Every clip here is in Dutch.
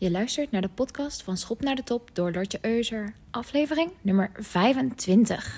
Je luistert naar de podcast van Schop naar de Top door Lotje Euser, aflevering nummer 25.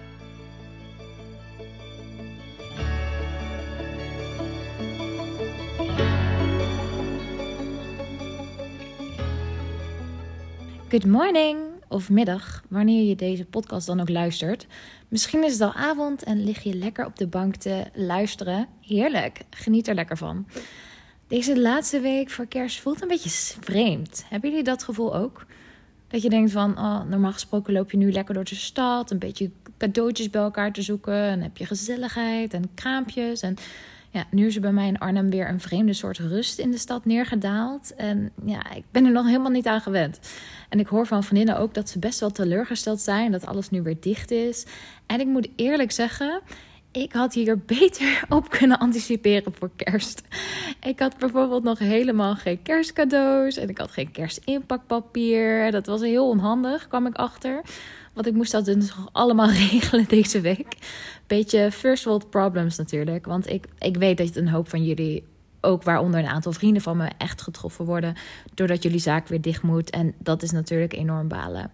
Good morning of middag, wanneer je deze podcast dan ook luistert. Misschien is het al avond en lig je lekker op de bank te luisteren. Heerlijk, geniet er lekker van. Deze laatste week voor kerst voelt een beetje vreemd. Hebben jullie dat gevoel ook? Dat je denkt van, normaal gesproken loop je nu lekker door de stad, een beetje cadeautjes bij elkaar te zoeken. En heb je gezelligheid en kraampjes. En ja, nu is er bij mij in Arnhem weer een vreemde soort rust in de stad neergedaald. En ja, ik ben er nog helemaal niet aan gewend. En ik hoor van vriendinnen ook dat ze best wel teleurgesteld zijn, dat alles nu weer dicht is. En ik moet eerlijk zeggen, ik had hier beter op kunnen anticiperen voor kerst. Ik had bijvoorbeeld nog helemaal geen kerstcadeaus en ik had geen kerstinpakpapier. Dat was heel onhandig, kwam ik achter. Want ik moest dat dus allemaal regelen deze week. Beetje first world problems natuurlijk. Want ik weet dat een hoop van jullie, ook waaronder een aantal vrienden van me, echt getroffen worden doordat jullie zaak weer dicht moet. En dat is natuurlijk enorm balen.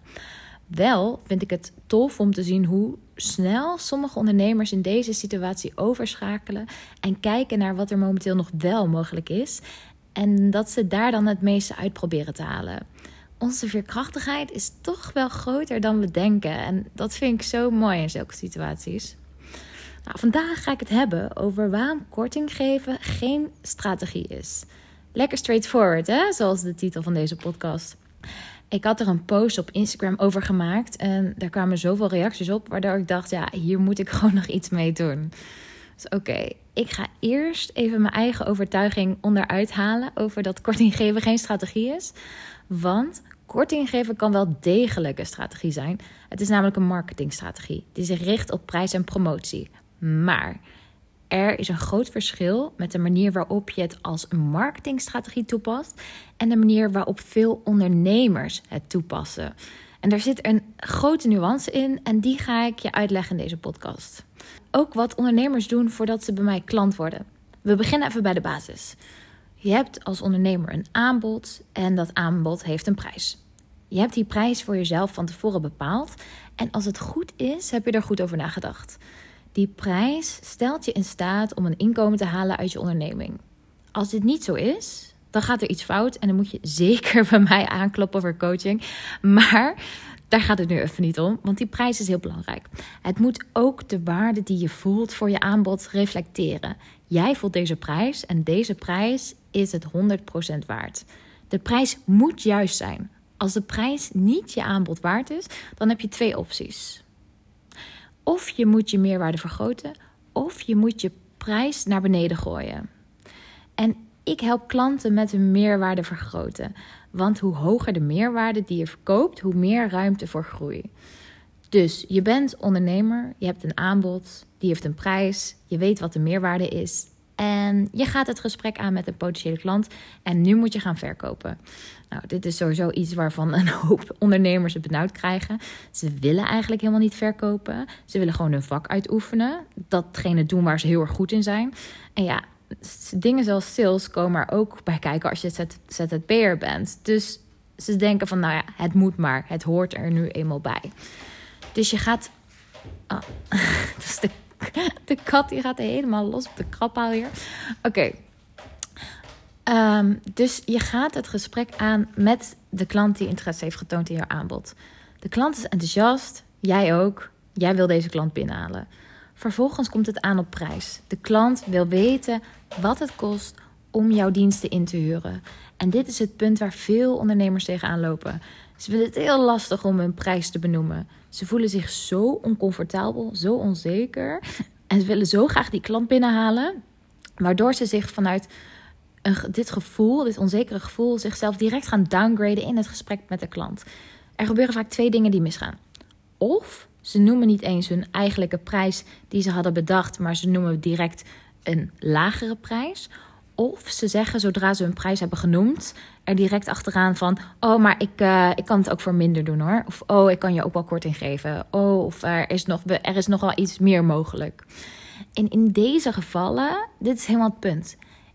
Wel vind ik het tof om te zien hoe snel sommige ondernemers in deze situatie overschakelen en kijken naar wat er momenteel nog wel mogelijk is. En dat ze daar dan het meeste uit proberen te halen. Onze veerkrachtigheid is toch wel groter dan we denken. En dat vind ik zo mooi in zulke situaties. Nou, vandaag ga ik het hebben over waarom korting geven geen strategie is. Lekker straightforward, hè? Zoals de titel van deze podcast. Ik had er een post op Instagram over gemaakt en daar kwamen zoveel reacties op, waardoor ik dacht, ja, hier moet ik gewoon nog iets mee doen. Dus oké, ik ga eerst even mijn eigen overtuiging onderuit halen over dat korting geven geen strategie is. Want korting geven kan wel degelijk een strategie zijn. Het is namelijk een marketingstrategie die zich richt op prijs en promotie. Maar er is een groot verschil met de manier waarop je het als een marketingstrategie toepast en de manier waarop veel ondernemers het toepassen. En daar zit een grote nuance in en die ga ik je uitleggen in deze podcast. Ook wat ondernemers doen voordat ze bij mij klant worden. We beginnen even bij de basis. Je hebt als ondernemer een aanbod en dat aanbod heeft een prijs. Je hebt die prijs voor jezelf van tevoren bepaald en als het goed is, heb je er goed over nagedacht. Die prijs stelt je in staat om een inkomen te halen uit je onderneming. Als dit niet zo is, dan gaat er iets fout en dan moet je zeker bij mij aankloppen voor coaching. Maar daar gaat het nu even niet om, want die prijs is heel belangrijk. Het moet ook de waarde die je voelt voor je aanbod reflecteren. Jij voelt deze prijs en deze prijs is het 100% waard. De prijs moet juist zijn. Als de prijs niet je aanbod waard is, dan heb je twee opties. Of je moet je meerwaarde vergroten, of je moet je prijs naar beneden gooien. En ik help klanten met hun meerwaarde vergroten. Want hoe hoger de meerwaarde die je verkoopt, hoe meer ruimte voor groei. Dus je bent ondernemer, je hebt een aanbod, die heeft een prijs, je weet wat de meerwaarde is. En je gaat het gesprek aan met een potentiële klant en nu moet je gaan verkopen. Nou, dit is sowieso iets waarvan een hoop ondernemers het benauwd krijgen. Ze willen eigenlijk helemaal niet verkopen. Ze willen gewoon hun vak uitoefenen. Datgene doen waar ze heel erg goed in zijn. En ja, dingen zoals sales komen er ook bij kijken als je ZZP'er bent. Dus ze denken van, nou ja, het moet maar. Het hoort er nu eenmaal bij. Dus je gaat... Oh, dat is de kat die gaat helemaal los op de krabpaal hier. Oké. Dus je gaat het gesprek aan met de klant die interesse heeft getoond in jouw aanbod. De klant is enthousiast, jij ook. Jij wil deze klant binnenhalen. Vervolgens komt het aan op prijs. De klant wil weten wat het kost om jouw diensten in te huren. En dit is het punt waar veel ondernemers tegenaan lopen. Ze vinden het heel lastig om hun prijs te benoemen. Ze voelen zich zo oncomfortabel, zo onzeker. En ze willen zo graag die klant binnenhalen, waardoor ze zich vanuit dit onzekere gevoel, zichzelf direct gaan downgraden in het gesprek met de klant. Er gebeuren vaak twee dingen die misgaan. Of ze noemen niet eens hun eigenlijke prijs die ze hadden bedacht, maar ze noemen direct een lagere prijs. Of ze zeggen, zodra ze hun prijs hebben genoemd, er direct achteraan van, oh, maar ik kan het ook voor minder doen hoor. Of, oh, ik kan je ook wel korting geven. Oh, of er is nog wel iets meer mogelijk. En in deze gevallen, dit is helemaal het punt.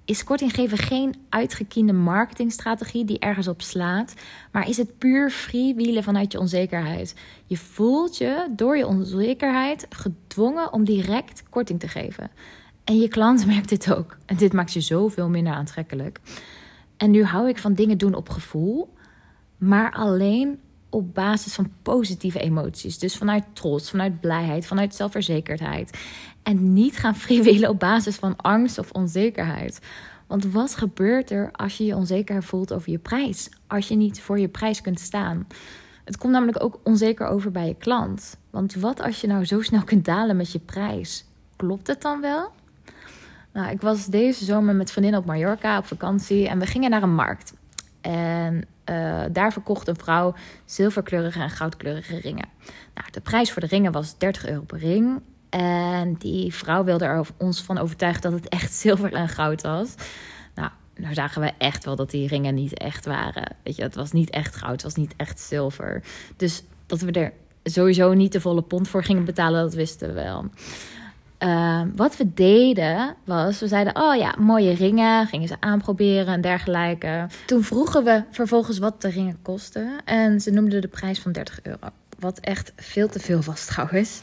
Is korting geven geen uitgekiende marketingstrategie die ergens op slaat, maar is het puur freewheelen vanuit je onzekerheid? Je voelt je door je onzekerheid gedwongen om direct korting te geven. En je klant merkt dit ook. En dit maakt je zoveel minder aantrekkelijk. En nu hou ik van dingen doen op gevoel, maar alleen op basis van positieve emoties. Dus vanuit trots, vanuit blijheid, vanuit zelfverzekerdheid. En niet gaan freewheelen op basis van angst of onzekerheid. Want wat gebeurt er als je je onzeker voelt over je prijs? Als je niet voor je prijs kunt staan. Het komt namelijk ook onzeker over bij je klant. Want wat als je nou zo snel kunt dalen met je prijs? Klopt het dan wel? Nou, ik was deze zomer met vriendinnen op Mallorca op vakantie en we gingen naar een markt. En daar verkocht een vrouw zilverkleurige en goudkleurige ringen. Nou, de prijs voor de ringen was €30 per ring. En die vrouw wilde er ons van overtuigen dat het echt zilver en goud was. Nou zagen we echt wel dat die ringen niet echt waren. Weet je, het was niet echt goud, het was niet echt zilver. Dus dat we er sowieso niet de volle pond voor gingen betalen, dat wisten we wel. Wat we deden was, we zeiden, oh ja, mooie ringen, gingen ze aanproberen en dergelijke. Toen vroegen we vervolgens wat de ringen kostten en ze noemden de prijs van €30. Wat echt veel te veel was trouwens.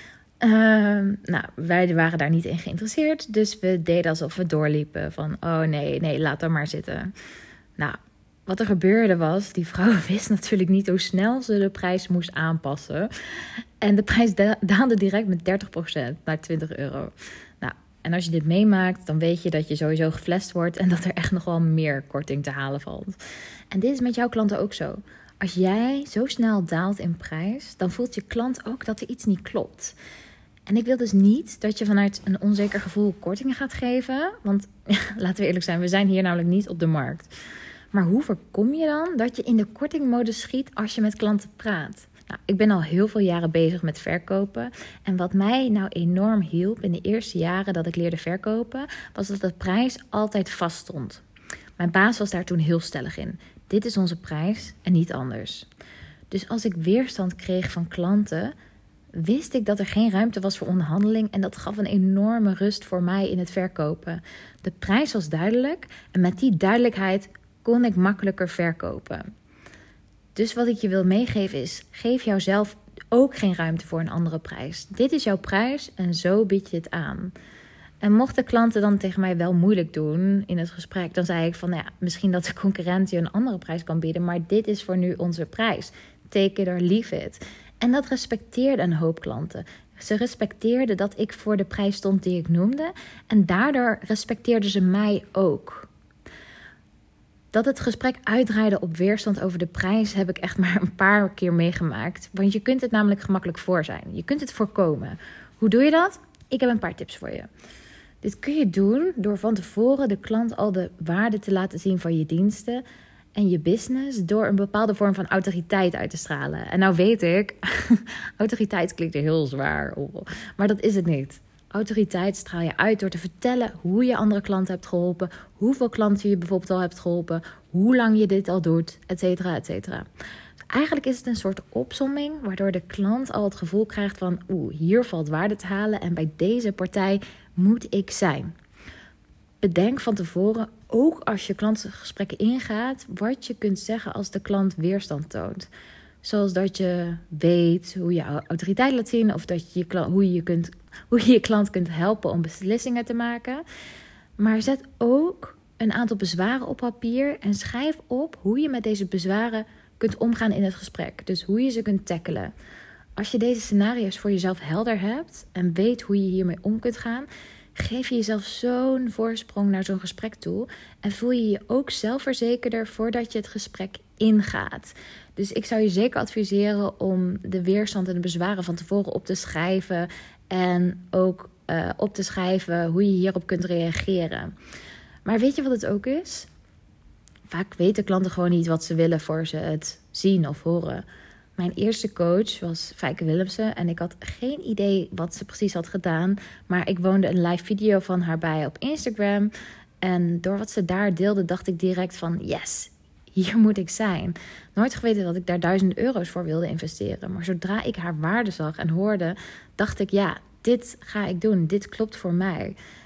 Wij waren daar niet in geïnteresseerd, dus we deden alsof we doorliepen van, oh nee, laat dat maar zitten. Nou, wat er gebeurde was, die vrouw wist natuurlijk niet hoe snel ze de prijs moest aanpassen. En de prijs daalde direct met 30% naar €20. Nou, en als je dit meemaakt, dan weet je dat je sowieso geflasht wordt en dat er echt nog wel meer korting te halen valt. En dit is met jouw klanten ook zo. Als jij zo snel daalt in prijs, dan voelt je klant ook dat er iets niet klopt. En ik wil dus niet dat je vanuit een onzeker gevoel kortingen gaat geven. Want laten we eerlijk zijn, we zijn hier namelijk niet op de markt. Maar hoe voorkom je dan dat je in de kortingmodus schiet als je met klanten praat? Nou, ik ben al heel veel jaren bezig met verkopen. En wat mij nou enorm hielp in de eerste jaren dat ik leerde verkopen, was dat de prijs altijd vast stond. Mijn baas was daar toen heel stellig in. Dit is onze prijs en niet anders. Dus als ik weerstand kreeg van klanten, wist ik dat er geen ruimte was voor onderhandeling en dat gaf een enorme rust voor mij in het verkopen. De prijs was duidelijk en met die duidelijkheid kon ik makkelijker verkopen. Dus wat ik je wil meegeven is, geef jouzelf ook geen ruimte voor een andere prijs. Dit is jouw prijs en zo bied je het aan. En mochten klanten dan tegen mij wel moeilijk doen in het gesprek, dan zei ik van, misschien dat de concurrent je een andere prijs kan bieden, maar dit is voor nu onze prijs. Take it or leave it. En dat respecteerde een hoop klanten. Ze respecteerden dat ik voor de prijs stond die ik noemde. En daardoor respecteerden ze mij ook. Dat het gesprek uitdraaide op weerstand over de prijs heb ik echt maar een paar keer meegemaakt. Want je kunt het namelijk gemakkelijk voor zijn. Je kunt het voorkomen. Hoe doe je dat? Ik heb een paar tips voor je. Dit kun je doen door van tevoren de klant al de waarde te laten zien van je diensten en je business door een bepaalde vorm van autoriteit uit te stralen. En nou weet ik, autoriteit klinkt er heel zwaar op, maar dat is het niet. Autoriteit straal je uit door te vertellen hoe je andere klanten hebt geholpen, hoeveel klanten je bijvoorbeeld al hebt geholpen, hoe lang je dit al doet, et cetera, et cetera. Eigenlijk is het een soort opsomming waardoor de klant al het gevoel krijgt van, hier valt waarde te halen en bij deze partij moet ik zijn. Bedenk van tevoren, ook als je klantgesprekken ingaat, wat je kunt zeggen als de klant weerstand toont. Zoals dat je weet hoe je autoriteit laat zien of dat hoe je je klant kunt helpen om beslissingen te maken. Maar zet ook een aantal bezwaren op papier en schrijf op hoe je met deze bezwaren kunt omgaan in het gesprek. Dus hoe je ze kunt tackelen. Als je deze scenario's voor jezelf helder hebt en weet hoe je hiermee om kunt gaan, geef je jezelf zo'n voorsprong naar zo'n gesprek toe en voel je je ook zelfverzekerder voordat je het gesprek ingaat. Dus ik zou je zeker adviseren om de weerstand en de bezwaren van tevoren op te schrijven en ook op te schrijven hoe je hierop kunt reageren. Maar weet je wat het ook is? Vaak weten klanten gewoon niet wat ze willen voor ze het zien of horen. Mijn eerste coach was Fijke Willemsen en ik had geen idee wat ze precies had gedaan. Maar ik woonde een live video van haar bij op Instagram. En door wat ze daar deelde dacht ik direct van yes, hier moet ik zijn. Nooit geweten dat ik daar €1000 voor wilde investeren. Maar zodra ik haar waarde zag en hoorde, dacht ik dit ga ik doen. Dit klopt voor mij.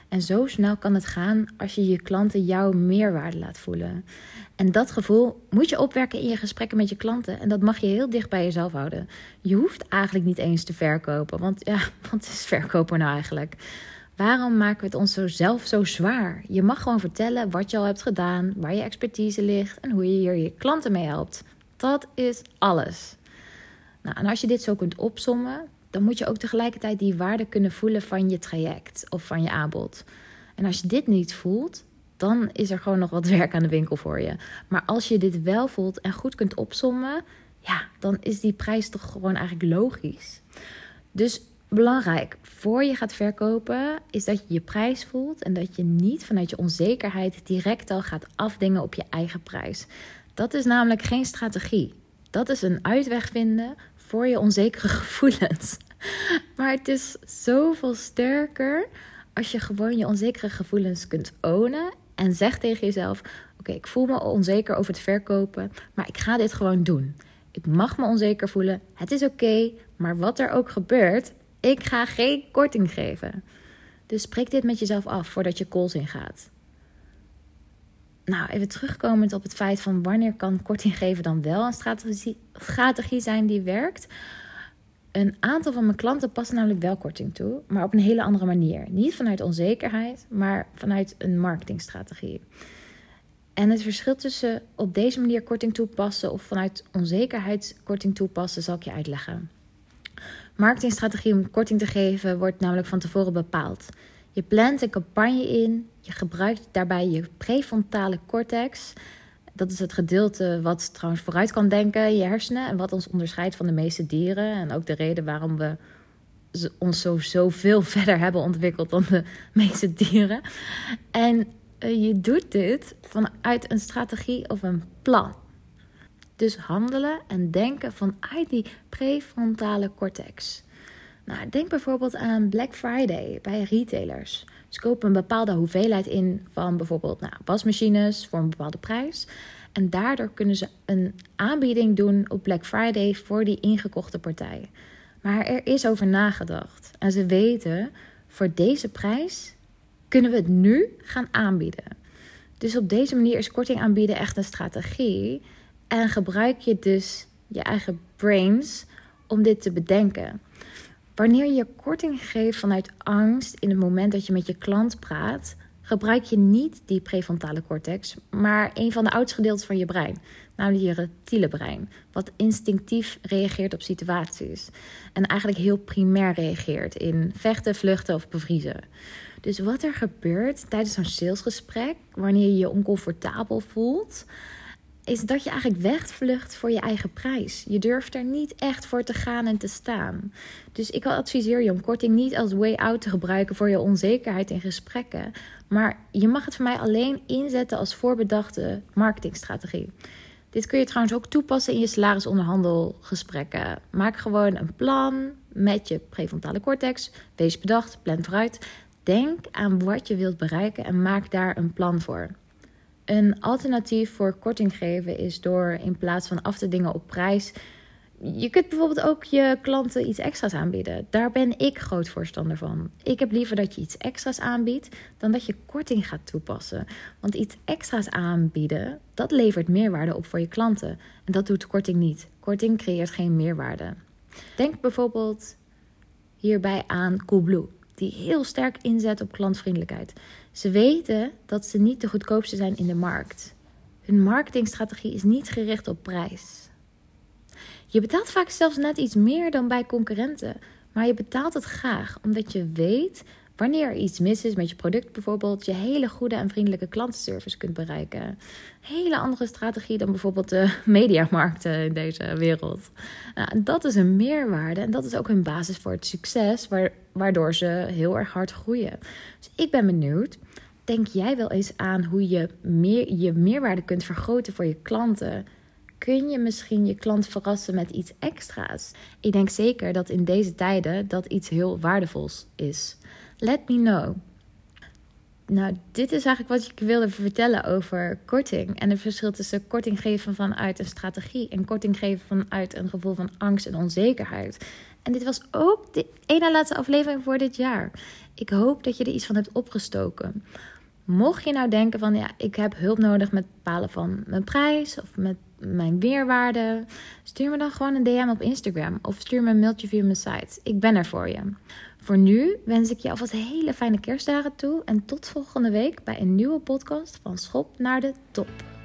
En zo snel kan het gaan als je je klanten jouw meerwaarde laat voelen. En dat gevoel moet je opwerken in je gesprekken met je klanten. En dat mag je heel dicht bij jezelf houden. Je hoeft eigenlijk niet eens te verkopen. Want ja, wat is verkopen nou eigenlijk? Waarom maken we het ons zelf zo zwaar? Je mag gewoon vertellen wat je al hebt gedaan, waar je expertise ligt en hoe je hier je klanten mee helpt. Dat is alles. Nou, en als je dit zo kunt opsommen, dan moet je ook tegelijkertijd die waarde kunnen voelen van je traject of van je aanbod. En als je dit niet voelt, dan is er gewoon nog wat werk aan de winkel voor je. Maar als je dit wel voelt en goed kunt opsommen, ja, dan is die prijs toch gewoon eigenlijk logisch. Dus belangrijk, voor je gaat verkopen, is dat je je prijs voelt en dat je niet vanuit je onzekerheid direct al gaat afdingen op je eigen prijs. Dat is namelijk geen strategie. Dat is een uitweg vinden voor je onzekere gevoelens. Maar het is zoveel sterker als je gewoon je onzekere gevoelens kunt ownen en zegt tegen jezelf: oké, ik voel me onzeker over het verkopen, maar ik ga dit gewoon doen. Ik mag me onzeker voelen, het is oké, maar wat er ook gebeurt, ik ga geen korting geven. Dus spreek dit met jezelf af voordat je calls ingaat. Nou, even terugkomend op het feit van wanneer kan korting geven dan wel een strategie zijn die werkt. Een aantal van mijn klanten passen namelijk wel korting toe, maar op een hele andere manier. Niet vanuit onzekerheid, maar vanuit een marketingstrategie. En het verschil tussen op deze manier korting toepassen of vanuit onzekerheid korting toepassen zal ik je uitleggen. Marketingstrategie om korting te geven wordt namelijk van tevoren bepaald. Je plant een campagne in, je gebruikt daarbij je prefrontale cortex. Dat is het gedeelte wat trouwens vooruit kan denken in je hersenen en wat ons onderscheidt van de meeste dieren. En ook de reden waarom we ons zoveel verder hebben ontwikkeld dan de meeste dieren. En je doet dit vanuit een strategie of een plan. Dus handelen en denken vanuit die prefrontale cortex. Nou, denk bijvoorbeeld aan Black Friday bij retailers. Ze kopen een bepaalde hoeveelheid in van bijvoorbeeld wasmachines voor een bepaalde prijs. En daardoor kunnen ze een aanbieding doen op Black Friday voor die ingekochte partij. Maar er is over nagedacht. En ze weten, voor deze prijs kunnen we het nu gaan aanbieden. Dus op deze manier is korting aanbieden echt een strategie. En gebruik je dus je eigen brains om dit te bedenken. Wanneer je korting geeft vanuit angst in het moment dat je met je klant praat, gebruik je niet die prefrontale cortex, maar een van de oudste gedeeltes van je brein, namelijk je reptiele brein, wat instinctief reageert op situaties en eigenlijk heel primair reageert in vechten, vluchten of bevriezen. Dus wat er gebeurt tijdens zo'n salesgesprek, wanneer je je oncomfortabel voelt, is dat je eigenlijk wegvlucht voor je eigen prijs. Je durft er niet echt voor te gaan en te staan. Dus ik adviseer je om korting niet als way out te gebruiken voor je onzekerheid in gesprekken. Maar je mag het voor mij alleen inzetten als voorbedachte marketingstrategie. Dit kun je trouwens ook toepassen in je salarisonderhandelgesprekken. Maak gewoon een plan met je prefrontale cortex. Wees bedacht, plan vooruit. Denk aan wat je wilt bereiken en maak daar een plan voor. Een alternatief voor korting geven is door in plaats van af te dingen op prijs. Je kunt bijvoorbeeld ook je klanten iets extra's aanbieden. Daar ben ik groot voorstander van. Ik heb liever dat je iets extra's aanbiedt dan dat je korting gaat toepassen. Want iets extra's aanbieden, dat levert meerwaarde op voor je klanten. En dat doet korting niet. Korting creëert geen meerwaarde. Denk bijvoorbeeld hierbij aan Coolblue, die heel sterk inzet op klantvriendelijkheid. Ze weten dat ze niet de goedkoopste zijn in de markt. Hun marketingstrategie is niet gericht op prijs. Je betaalt vaak zelfs net iets meer dan bij concurrenten. Maar je betaalt het graag, omdat je weet, wanneer er iets mis is met je product bijvoorbeeld, je hele goede en vriendelijke klantenservice kunt bereiken. Een hele andere strategie dan bijvoorbeeld de mediamarkten in deze wereld. Nou, dat is een meerwaarde en dat is ook hun basis voor het succes, waardoor ze heel erg hard groeien. Dus ik ben benieuwd, denk jij wel eens aan hoe je meerwaarde kunt vergroten voor je klanten? Kun je misschien je klant verrassen met iets extra's? Ik denk zeker dat in deze tijden dat iets heel waardevols is. Let me know. Nou, dit is eigenlijk wat ik wilde vertellen over korting. En het verschil tussen korting geven vanuit een strategie en korting geven vanuit een gevoel van angst en onzekerheid. En dit was ook de ene laatste aflevering voor dit jaar. Ik hoop dat je er iets van hebt opgestoken. Mocht je nou denken van ik heb hulp nodig met het bepalen van mijn prijs of met mijn weerwaarde, stuur me dan gewoon een DM op Instagram of stuur me een mailtje via mijn site. Ik ben er voor je. Voor nu wens ik je alvast hele fijne kerstdagen toe en tot volgende week bij een nieuwe podcast van Schop naar de Top.